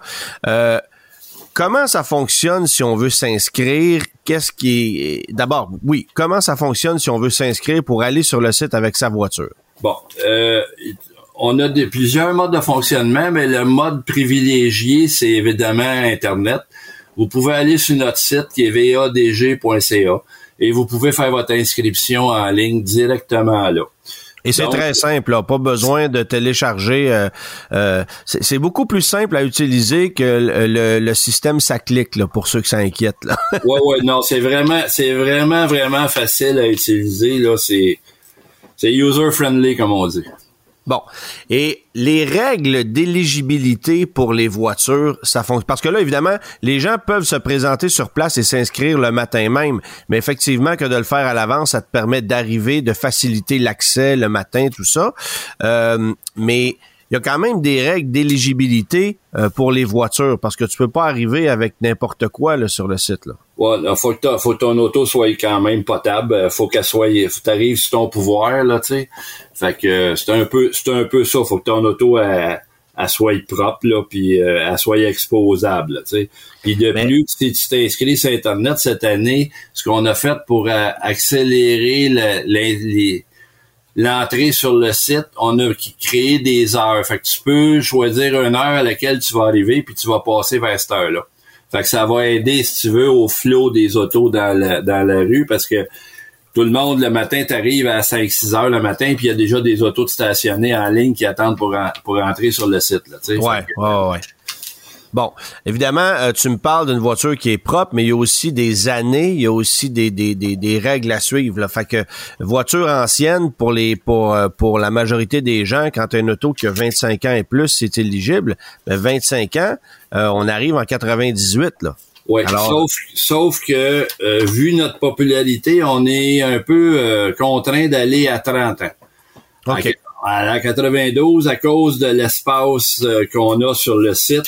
Comment ça fonctionne si on veut s'inscrire? D'abord, comment ça fonctionne si on veut s'inscrire pour aller sur le site avec sa voiture? Bon, on a plusieurs modes de fonctionnement, mais le mode privilégié, c'est évidemment Internet. Vous pouvez aller sur notre site qui est vadg.ca et vous pouvez faire votre inscription en ligne directement là. Et c'est très simple, là, pas besoin de télécharger. C'est beaucoup plus simple à utiliser que le système ça clique là, pour ceux qui s'inquiètent. Là. Ouais, non, c'est vraiment facile à utiliser. Là, c'est user friendly comme on dit. Bon, et les règles d'éligibilité pour les voitures, ça fonctionne. Parce que là, évidemment, les gens peuvent se présenter sur place et s'inscrire le matin même. Mais effectivement, que de le faire à l'avance, ça te permet d'arriver, de faciliter l'accès le matin, tout ça. Mais il y a quand même des règles d'éligibilité pour les voitures, parce que tu peux pas arriver avec n'importe quoi là, sur le site. Là. Ouais, faut que ton auto soit quand même potable. Faut t'arrives sur ton pouvoir là, tu sais. Fait que c'est un peu ça. Faut que ton auto elle soit propre, là, puis elle soit exposable, tu sais. Puis de plus, si tu t'es inscrit sur Internet cette année, ce qu'on a fait pour accélérer l'entrée sur le site, on a créé des heures. Fait que tu peux choisir une heure à laquelle tu vas arriver, puis tu vas passer vers cette heure-là. Fait que ça va aider, si tu veux, au flot des autos dans la rue, parce que tout le monde, le matin, t'arrives à 5-6 heures le matin, puis il y a déjà des autos stationnées en ligne qui attendent pour entrer sur le site, là, tu sais. Ouais. Bon, évidemment, tu me parles d'une voiture qui est propre, mais il y a aussi des années, il y a aussi des règles à suivre, là. Fait que voiture ancienne pour la majorité des gens, quand tu as une auto qui a 25 ans et plus, c'est éligible. Mais 25 ans, on arrive en 98, là. Oui, sauf que, vu notre popularité, on est un peu contraint d'aller à 30 ans. OK. À la 92, à cause de l'espace qu'on a sur le site,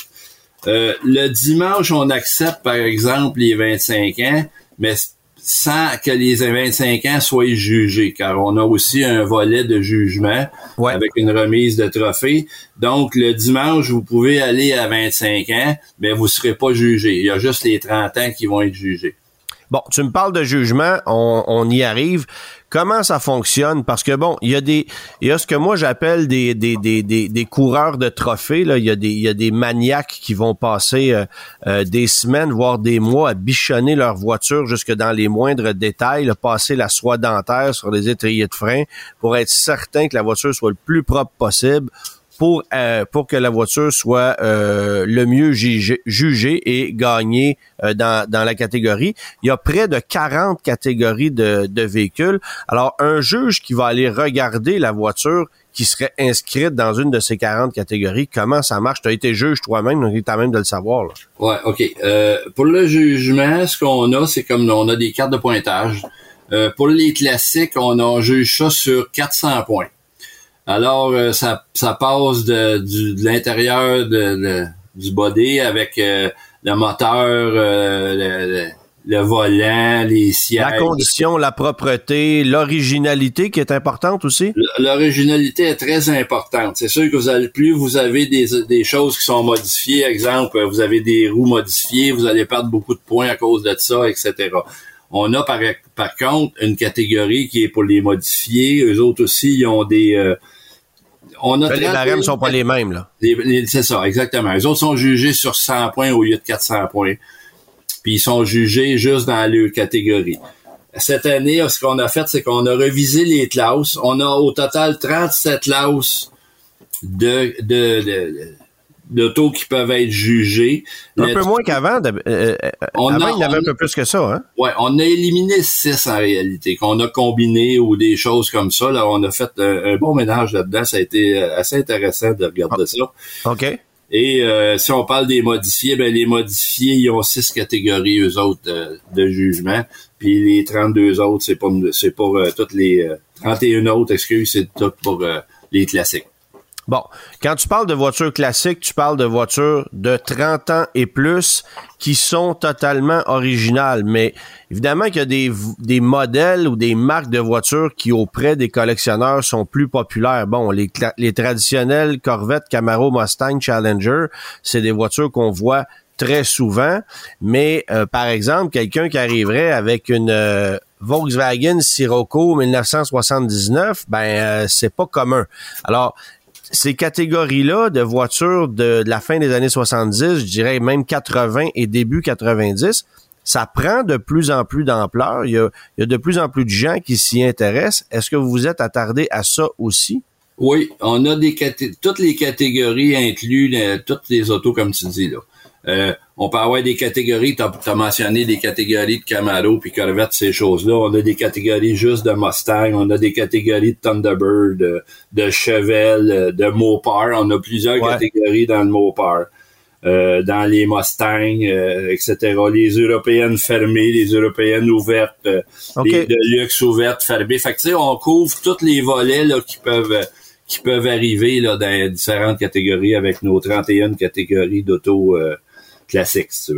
le dimanche, on accepte, par exemple, les 25 ans, mais sans que les 25 ans soient jugés, car on a aussi un volet de jugement avec une remise de trophée. Donc, le dimanche, vous pouvez aller à 25 ans, mais vous serez pas jugé. Il y a juste les 30 ans qui vont être jugés. Bon, tu me parles de jugement, on y arrive. Comment ça fonctionne? Parce que bon, il y a ce que moi j'appelle des coureurs de trophées, là. Il y a des maniaques qui vont passer des semaines, voire des mois à bichonner leur voiture jusque dans les moindres détails, là, passer la soie dentaire sur les étriers de frein pour être certain que la voiture soit le plus propre possible pour que la voiture soit le mieux jugée et gagnée dans la catégorie. Il y a près de 40 catégories de véhicules. Alors, un juge qui va aller regarder la voiture qui serait inscrite dans une de ces 40 catégories, comment ça marche? Tu as été juge toi-même, donc tu es à même de le savoir, là. Ouais, OK. Pour le jugement, ce qu'on a, c'est comme on a des cartes de pointage. Pour les classiques, on juge ça sur 400 points. Alors, ça passe de l'intérieur du body avec le moteur, le volant, les sièges. La condition, la propreté, l'originalité qui est importante aussi? L'originalité est très importante. C'est sûr que plus vous avez des choses qui sont modifiées, exemple, vous avez des roues modifiées, vous allez perdre beaucoup de points à cause de ça, etc. On a par contre une catégorie qui est pour les modifiés. Eux autres aussi, ils ont des... les barèmes sont pas les mêmes, là. C'est ça, exactement. Les autres sont jugés sur 100 points au lieu de 400 points. Puis ils sont jugés juste dans leur catégorie. Cette année, ce qu'on a fait, c'est qu'on a revisé les classes. On a au total 37 classes d'autos qui peuvent être jugés. Un peu moins qu'avant. Avant, il y avait un peu plus que ça, hein? Ouais, on a éliminé 6 en réalité, qu'on a combiné ou des choses comme ça. Là, on a fait un bon ménage là-dedans. Ça a été assez intéressant de regarder ça. OK. Et si on parle des modifiés, les modifiés, ils ont 6 catégories, eux autres, de jugement. Puis les 32 autres, c'est pour toutes les 31 autres, c'est tout pour les classiques. Bon, quand tu parles de voitures classiques, tu parles de voitures de 30 ans et plus qui sont totalement originales. Mais évidemment qu'il y a des modèles ou des marques de voitures qui, auprès des collectionneurs, sont plus populaires. Bon, les traditionnels Corvette, Camaro, Mustang, Challenger, c'est des voitures qu'on voit très souvent. Mais, par exemple, quelqu'un qui arriverait avec une Volkswagen Scirocco 1979, c'est pas commun. Alors, ces catégories-là de voitures de la fin des années 70, je dirais même 80 et début 90, ça prend de plus en plus d'ampleur. Il y a de plus en plus de gens qui s'y intéressent. Est-ce que vous vous êtes attardé à ça aussi? Oui, on a toutes les catégories incluent toutes les autos, comme tu dis, là. On peut avoir des catégories, t'as mentionné des catégories de Camaro puis Corvette, ces choses-là. On a des catégories juste de Mustang, on a des catégories de Thunderbird, de Chevelle, de Mopar. On a plusieurs catégories dans le Mopar. Dans les Mustangs, etc. Les européennes fermées, les européennes ouvertes, les de luxe ouvertes, fermées. Fait que tu sais, on couvre tous les volets là qui peuvent arriver là dans les différentes catégories avec nos 31 catégories d'auto classiques, si tu veux.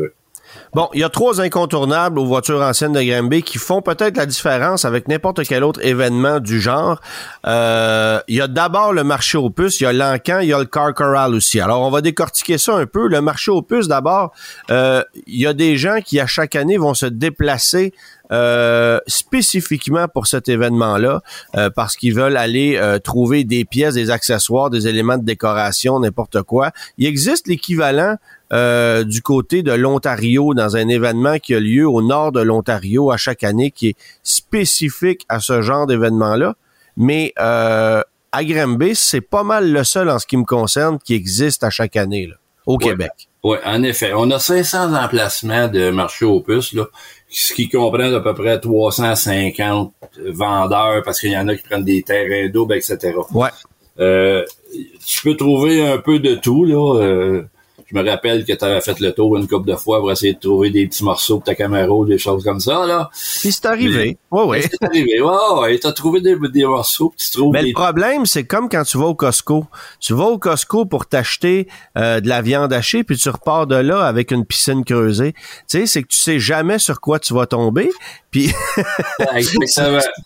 Bon, il y a 3 incontournables aux voitures anciennes de Granby qui font peut-être la différence avec n'importe quel autre événement du genre. Il y a d'abord le marché aux puces, il y a l'Encan, il y a le Car Corral aussi. Alors, on va décortiquer ça un peu. Le marché aux puces, d'abord, il y a des gens qui, à chaque année, vont se déplacer spécifiquement pour cet événement-là, parce qu'ils veulent aller trouver des pièces, des accessoires, des éléments de décoration, n'importe quoi. Il existe l'équivalent du côté de l'Ontario dans un événement qui a lieu au nord de l'Ontario à chaque année, qui est spécifique à ce genre d'événement-là. Mais à Granby, c'est pas mal le seul en ce qui me concerne qui existe à chaque année là, au Québec. Oui, en effet. On a 500 emplacements de marché aux puces, là, ce qui comprend à peu près 350 vendeurs, parce qu'il y en a qui prennent des terrains doubles, etc. Ouais. Tu peux trouver un peu de tout, là. Je me rappelle que tu avais fait le tour une couple de fois pour essayer de trouver des petits morceaux pour ta Camaro, des choses comme ça, là. Puis c'est arrivé. Oui. C'est arrivé. Ouais. T'as trouvé des morceaux, puis tu trouves. Mais le problème, c'est comme quand tu vas au Costco. Tu vas au Costco pour t'acheter de la viande hachée, puis tu repars de là avec une piscine creusée. Tu sais, c'est que tu sais jamais sur quoi tu vas tomber. Puis c'est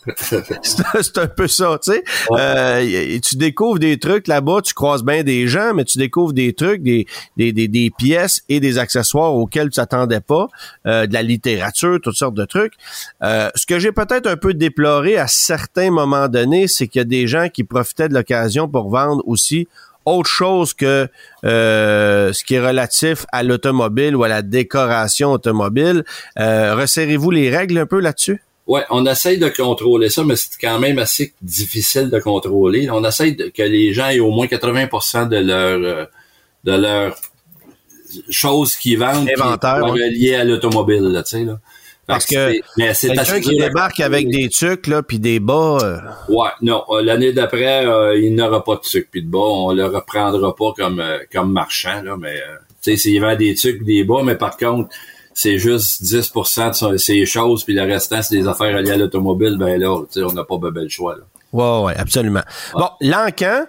un peu ça, tu sais. Ouais. Tu découvres des trucs là-bas, tu croises bien des gens, mais tu découvres des trucs, des pièces et des accessoires auxquels tu t'attendais pas, de la littérature, toutes sortes de trucs. Ce que j'ai peut-être un peu déploré à certains moments donnés, c'est qu'il y a des gens qui profitaient de l'occasion pour vendre aussi autre chose que ce qui est relatif à l'automobile ou à la décoration automobile. Resserrez-vous les règles un peu là-dessus? Ouais, on essaye de contrôler ça, mais c'est quand même assez difficile de contrôler. On essaye que les gens aient au moins 80% de leur choses qu'ils vendent inventaire, reliées à l'automobile, là, tu sais, là. Parce que c'est quelqu'un qui débarque avec des tucs là puis des bas. Ouais, non. L'année d'après, il n'aura pas de tucs puis de bas. On le reprendra pas comme marchand là, mais tu sais, s'il vend des tucs, des bas, mais par contre, c'est juste 10% de ces choses puis le restant c'est des affaires reliées à l'automobile. Ben là, tu sais, on n'a pas le choix là. Ouais, absolument. Ouais. Bon, l'Encan.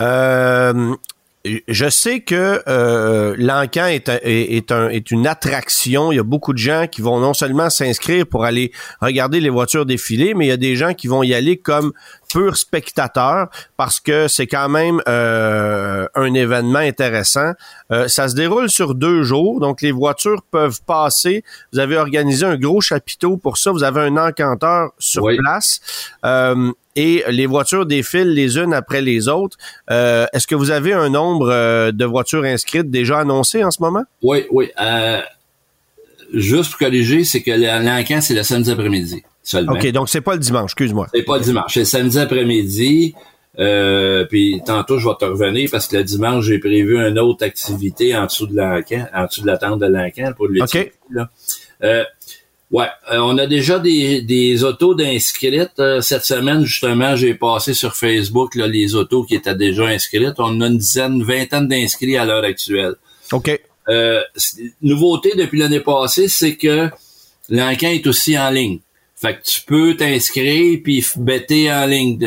Je sais que l'Encan est une attraction. Il y a beaucoup de gens qui vont non seulement s'inscrire pour aller regarder les voitures défiler, mais il y a des gens qui vont y aller comme purs spectateurs parce que c'est quand même un événement intéressant. Ça se déroule sur 2 jours, donc les voitures peuvent passer. Vous avez organisé un gros chapiteau pour ça. Vous avez un encanteur sur place. Et les voitures défilent les unes après les autres. Est-ce que vous avez un nombre de voitures inscrites déjà annoncées en ce moment? Oui. Juste pour corriger, c'est que l'Encan, c'est le samedi après-midi seulement. OK, donc c'est pas le dimanche, excuse-moi. C'est pas le dimanche, c'est le samedi après-midi. Puis tantôt, je vais te revenir parce que le dimanche, j'ai prévu une autre activité en dessous de l'Encan, en dessous de la tente de l'Encan pour le OK. Là. Ouais, on a déjà des autos d'inscrites. Cette semaine, justement, j'ai passé sur Facebook là, les autos qui étaient déjà inscrites. On a une vingtaine d'inscrits à l'heure actuelle. OK. Nouveauté depuis l'année passée, c'est que l'Encan est aussi en ligne. Fait que tu peux t'inscrire puis bêter en ligne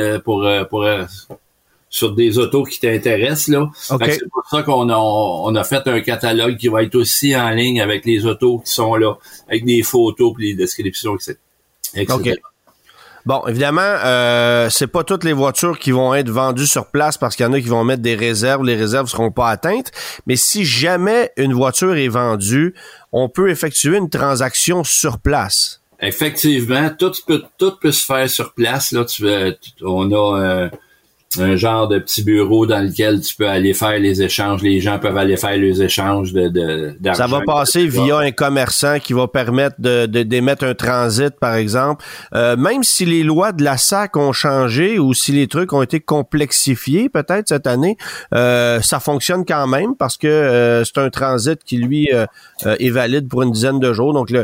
sur des autos qui t'intéressent, là. Okay. Fait que c'est pour ça qu'on a fait un catalogue qui va être aussi en ligne avec les autos qui sont là, avec des photos puis des descriptions, etc. OK. Bon, évidemment, c'est pas toutes les voitures qui vont être vendues sur place parce qu'il y en a qui vont mettre des réserves. Les réserves seront pas atteintes. Mais si jamais une voiture est vendue, on peut effectuer une transaction sur place. Effectivement, tout peut se faire sur place. Là, on a un genre de petit bureau dans lequel tu peux aller faire les échanges. Les gens peuvent aller faire les échanges d'argent. Ça va passer via un commerçant qui va permettre d'émettre un transit, par exemple. Même si les lois de la SAC ont changé ou si les trucs ont été complexifiés peut-être cette année, ça fonctionne quand même parce que c'est un transit qui, lui, est valide pour une dizaine de jours. Donc,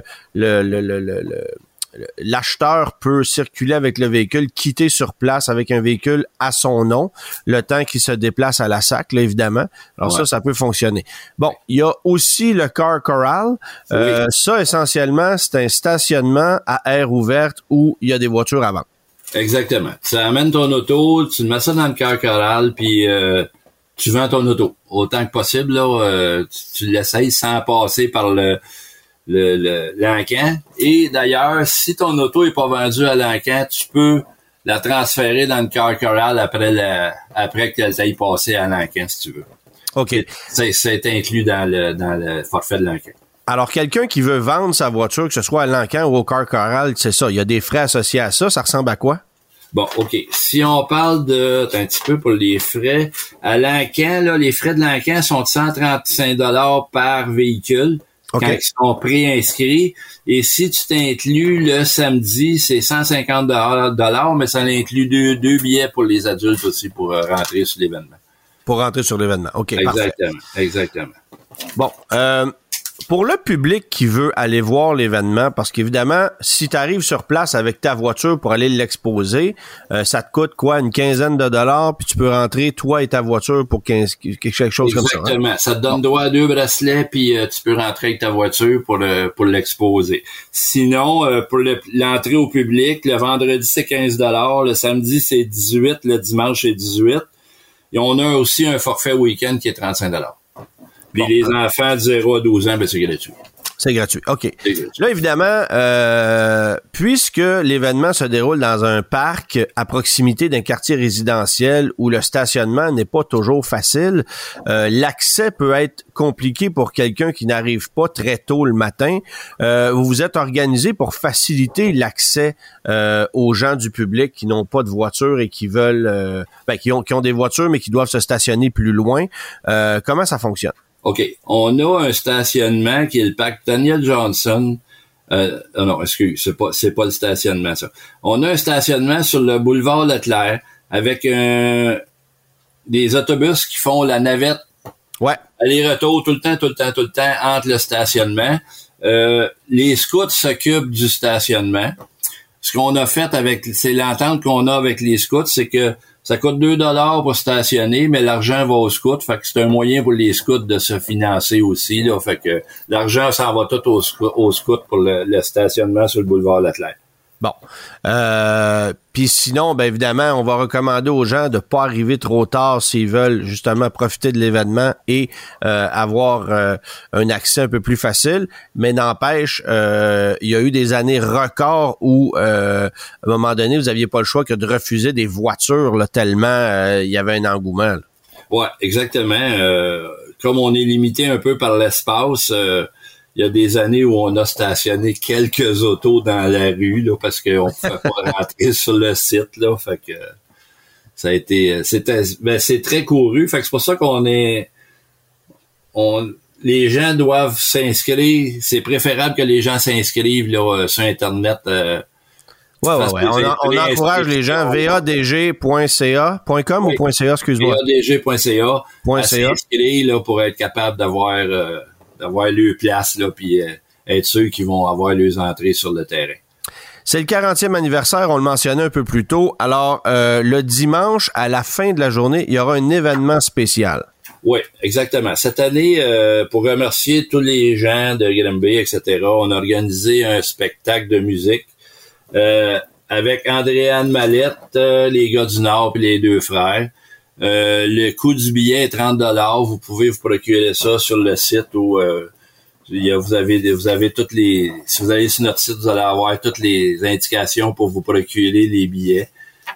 l'acheteur peut circuler avec le véhicule, quitter sur place avec un véhicule à son nom, le temps qu'il se déplace à la SAC, là, évidemment. Alors ça peut fonctionner. Bon, il y a aussi le Car Corral. Oui. Ça, essentiellement, c'est un stationnement à air ouverte où il y a des voitures à vendre. Exactement. Tu amènes ton auto, tu mets ça dans le Car Corral, puis tu vends ton auto. Autant que possible, là, tu l'essayes sans passer par l'Ancan. Et d'ailleurs, si ton auto est pas vendue à l'Ancan, tu peux la transférer dans le Car Corral après qu'elle t'aille passer à l'Ancan, si tu veux. OK. C'est inclus dans le forfait de l'Ancan. Alors, quelqu'un qui veut vendre sa voiture, que ce soit à l'Ancan ou au Car Corral, c'est ça, il y a des frais associés à ça. Ça ressemble à quoi? Bon, OK. Si on parle un petit peu pour les frais, à l'Ancan, là, les frais de l'Ancan sont de 135 $ par véhicule. Okay. Quand ils sont préinscrits. Et si tu t'inclus le samedi, c'est 150 $, mais ça inclut deux billets pour les adultes aussi pour rentrer sur l'événement. Pour rentrer sur l'événement. OK, exactement, parfait. Exactement. Bon, pour le public qui veut aller voir l'événement, parce qu'évidemment, si tu arrives sur place avec ta voiture pour aller l'exposer, ça te coûte quoi, une quinzaine de dollars, puis tu peux rentrer toi et ta voiture pour quelque chose comme ça. Exactement. Hein? Ça te donne droit à 2 bracelets, puis tu peux rentrer avec ta voiture pour l'exposer. Sinon, pour l'entrée au public, le vendredi c'est 15 $, le samedi c'est 18, le dimanche c'est 18. Et on a aussi un forfait week-end qui est 35 $. Puis bon, les enfants de 0 à 12 ans, ben c'est gratuit. C'est gratuit, OK. C'est gratuit. Là, évidemment, puisque l'événement se déroule dans un parc à proximité d'un quartier résidentiel où le stationnement n'est pas toujours facile, l'accès peut être compliqué pour quelqu'un qui n'arrive pas très tôt le matin. Vous vous êtes organisé pour faciliter l'accès aux gens du public qui n'ont pas de voiture et qui veulent... qui ont des voitures mais qui doivent se stationner plus loin. Comment ça fonctionne? OK. On a un stationnement qui est le parc Daniel Johnson. Non, excuse, c'est pas le stationnement, ça. On a un stationnement sur le boulevard Leclerc avec des autobus qui font la navette. Ouais. Aller-retour tout le temps entre le stationnement. Les scouts s'occupent du stationnement. Ce qu'on a fait c'est l'entente qu'on a avec les scouts, c'est que ça coûte 2 $ pour stationner, mais l'argent va aux scouts. Fait que c'est un moyen pour les scouts de se financer aussi, là. Fait que l'argent s'en va tout aux scouts pour le stationnement sur le boulevard Leclerc. Bon. Puis sinon, ben évidemment, on va recommander aux gens de pas arriver trop tard s'ils veulent justement profiter de l'événement et avoir un accès un peu plus facile. Mais n'empêche, il y a eu des années records où, à un moment donné, vous aviez pas le choix que de refuser des voitures là, tellement il y avait un engouement. Là. Ouais, exactement. Comme on est limité un peu par l'espace, il y a des années où on a stationné quelques autos dans la rue là, parce qu'on pouvait pas rentrer sur le site là, fait que ça a été c'est très couru, fait que c'est pour ça les gens doivent s'inscrire, c'est préférable que les gens s'inscrivent là sur internet. Ouais. On encourage les gens vadg.ca.com ou .ca, excuse-moi. vadg.ca à s'inscrire là pour être capable d'avoir leur place là puis être sûr qu'ils vont avoir leurs entrées sur le terrain. C'est le 40e anniversaire, on le mentionnait un peu plus tôt. Alors, le dimanche, à la fin de la journée, il y aura un événement spécial. Oui, exactement. Cette année, pour remercier tous les gens de Granby, etc., on a organisé un spectacle de musique avec Andréane Mallette, les gars du Nord et les deux frères. Le coût du billet est 30 $. Vous pouvez vous procurer ça sur le site où vous avez toutes les. Si vous allez sur notre site, vous allez avoir toutes les indications pour vous procurer les billets.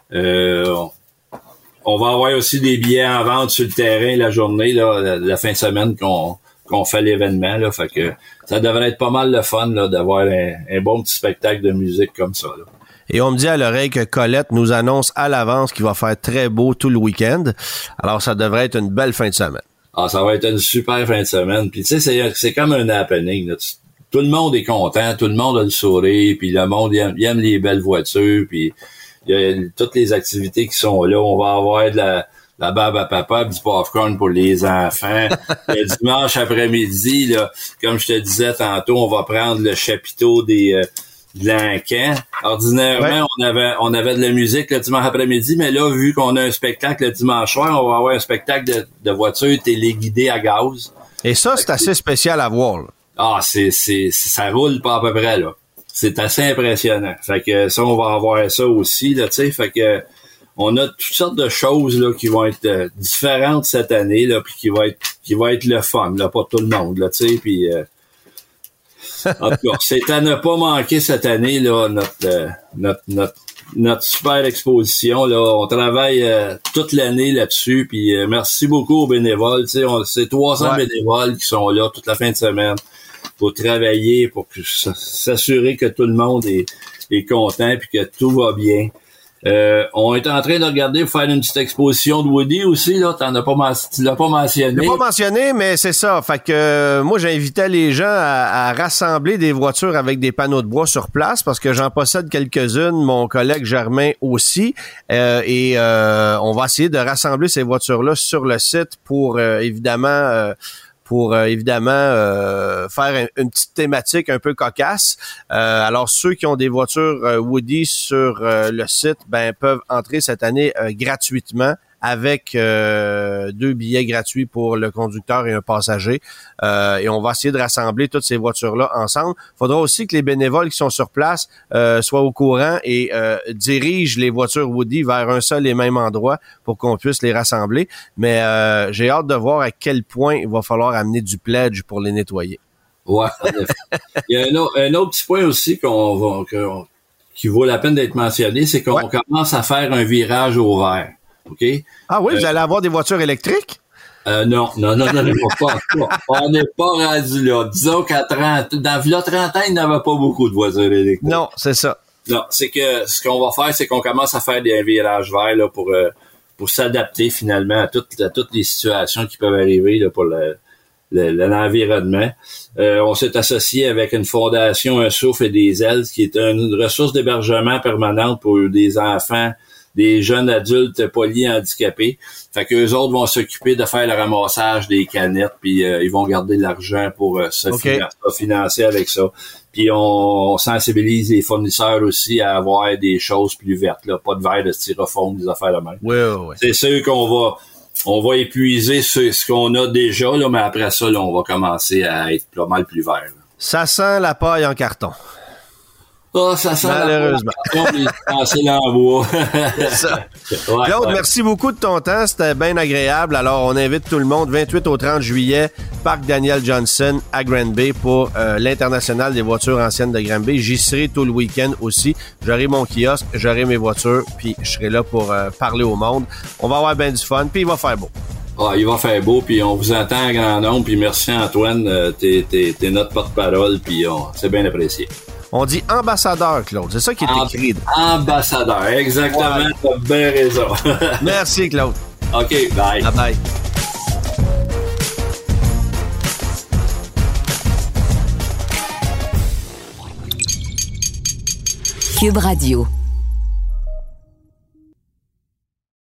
On va avoir aussi des billets en vente sur le terrain la journée, là, la fin de semaine qu'on fait l'événement. Là, fait que ça devrait être pas mal le fun là, d'avoir un bon petit spectacle de musique comme ça. Là. Et on me dit à l'oreille que Colette nous annonce à l'avance qu'il va faire très beau tout le week-end. Alors, ça devrait être une belle fin de semaine. Ah, ça va être une super fin de semaine. Puis tu sais, c'est comme un happening. Là. Tout le monde est content, tout le monde a le sourire, puis le monde il aime les belles voitures, puis il y a toutes les activités qui sont là. On va avoir de la barbe à papa, du popcorn pour les enfants. Le dimanche après-midi, là, comme je te disais tantôt, on va prendre le chapiteau de l'Ancan. Ordinairement, ouais. on avait de la musique le dimanche après-midi, mais là, vu qu'on a un spectacle le dimanche soir, on va avoir un spectacle de voitures téléguidées à gaz. Et ça, c'est assez spécial à voir. Là. Ah, ça roule pas à peu près, là. C'est assez impressionnant. Fait que ça, on va avoir ça aussi, là, tu sais. Fait que on a toutes sortes de choses là qui vont être différentes cette année, là, puis qui va être le fun, là, pour tout le monde, là, tu sais. Puis En tout cas, c'est à ne pas manquer cette année, là, notre super exposition, là. On travaille toute l'année là-dessus, puis merci beaucoup aux bénévoles. Tu sais, c'est 300 bénévoles qui sont là toute la fin de semaine pour travailler, pour s'assurer que tout le monde est content puis que tout va bien. On est en train de regarder pour faire une petite exposition de Woody aussi, là. Tu l'as pas mentionné. Je l'ai pas mentionné, mais c'est ça. Fait que moi, j'invitais les gens à rassembler des voitures avec des panneaux de bois sur place parce que j'en possède quelques-unes, mon collègue Germain aussi. Et on va essayer de rassembler ces voitures-là sur le site pour évidemment faire une petite thématique un peu cocasse. Alors, ceux qui ont des voitures Woody sur le site, peuvent entrer cette année gratuitement avec 2 billets gratuits pour le conducteur et un passager. Et on va essayer de rassembler toutes ces voitures-là ensemble. Il faudra aussi que les bénévoles qui sont sur place soient au courant et dirigent les voitures Woody vers un seul et même endroit pour qu'on puisse les rassembler. Mais j'ai hâte de voir à quel point il va falloir amener du pledge pour les nettoyer. Ouais. Il y a un autre petit point aussi qui vaut la peine d'être mentionné, c'est qu'on commence à faire un virage au vert. OK? Ah oui, vous allez avoir des voitures électriques? Non, pas. On n'est pas rendu là. Disons qu'à 30 ans, il n'y avait pas beaucoup de voitures électriques. Non, c'est ça. Non, c'est que ce qu'on va faire, c'est qu'on commence à faire des virages verts là, pour s'adapter finalement à toutes les situations qui peuvent arriver là, pour l'environnement. On s'est associé avec une fondation Un Souffle et des Ailes, qui est une ressource d'hébergement permanente pour des enfants, des jeunes adultes polyhandicapés. Fait qu'eux autres vont s'occuper de faire le ramassage des canettes, puis ils vont garder l'argent pour se financer avec ça. Puis on sensibilise les fournisseurs aussi à avoir des choses plus vertes, là, pas de verre de styrofoam, des affaires de même. Oui. C'est sûr qu'on va épuiser ce qu'on a déjà, là, mais après ça, là, on va commencer à être pas mal plus vert. Là. Ça sent la paille en carton. Ah, ça sent malheureusement. C'est l'envoi. Claude, merci beaucoup de ton temps. C'était bien agréable. Alors, on invite tout le monde, 28 au 30 juillet, Parc Daniel Johnson à Granby pour l'International des voitures anciennes de Granby. J'y serai tout le week-end aussi. J'aurai mon kiosque, j'aurai mes voitures, puis je serai là pour parler au monde. On va avoir bien du fun, puis il va faire beau. Ah, il va faire beau, puis on vous entend en grand nombre, puis merci Antoine, t'es notre porte-parole, puis c'est bien apprécié. On dit ambassadeur, Claude. C'est ça qui est écrit. Ambassadeur, exactement. Ouais. T'as bien raison. Merci, Claude. OK, bye. Bye. Cube Radio.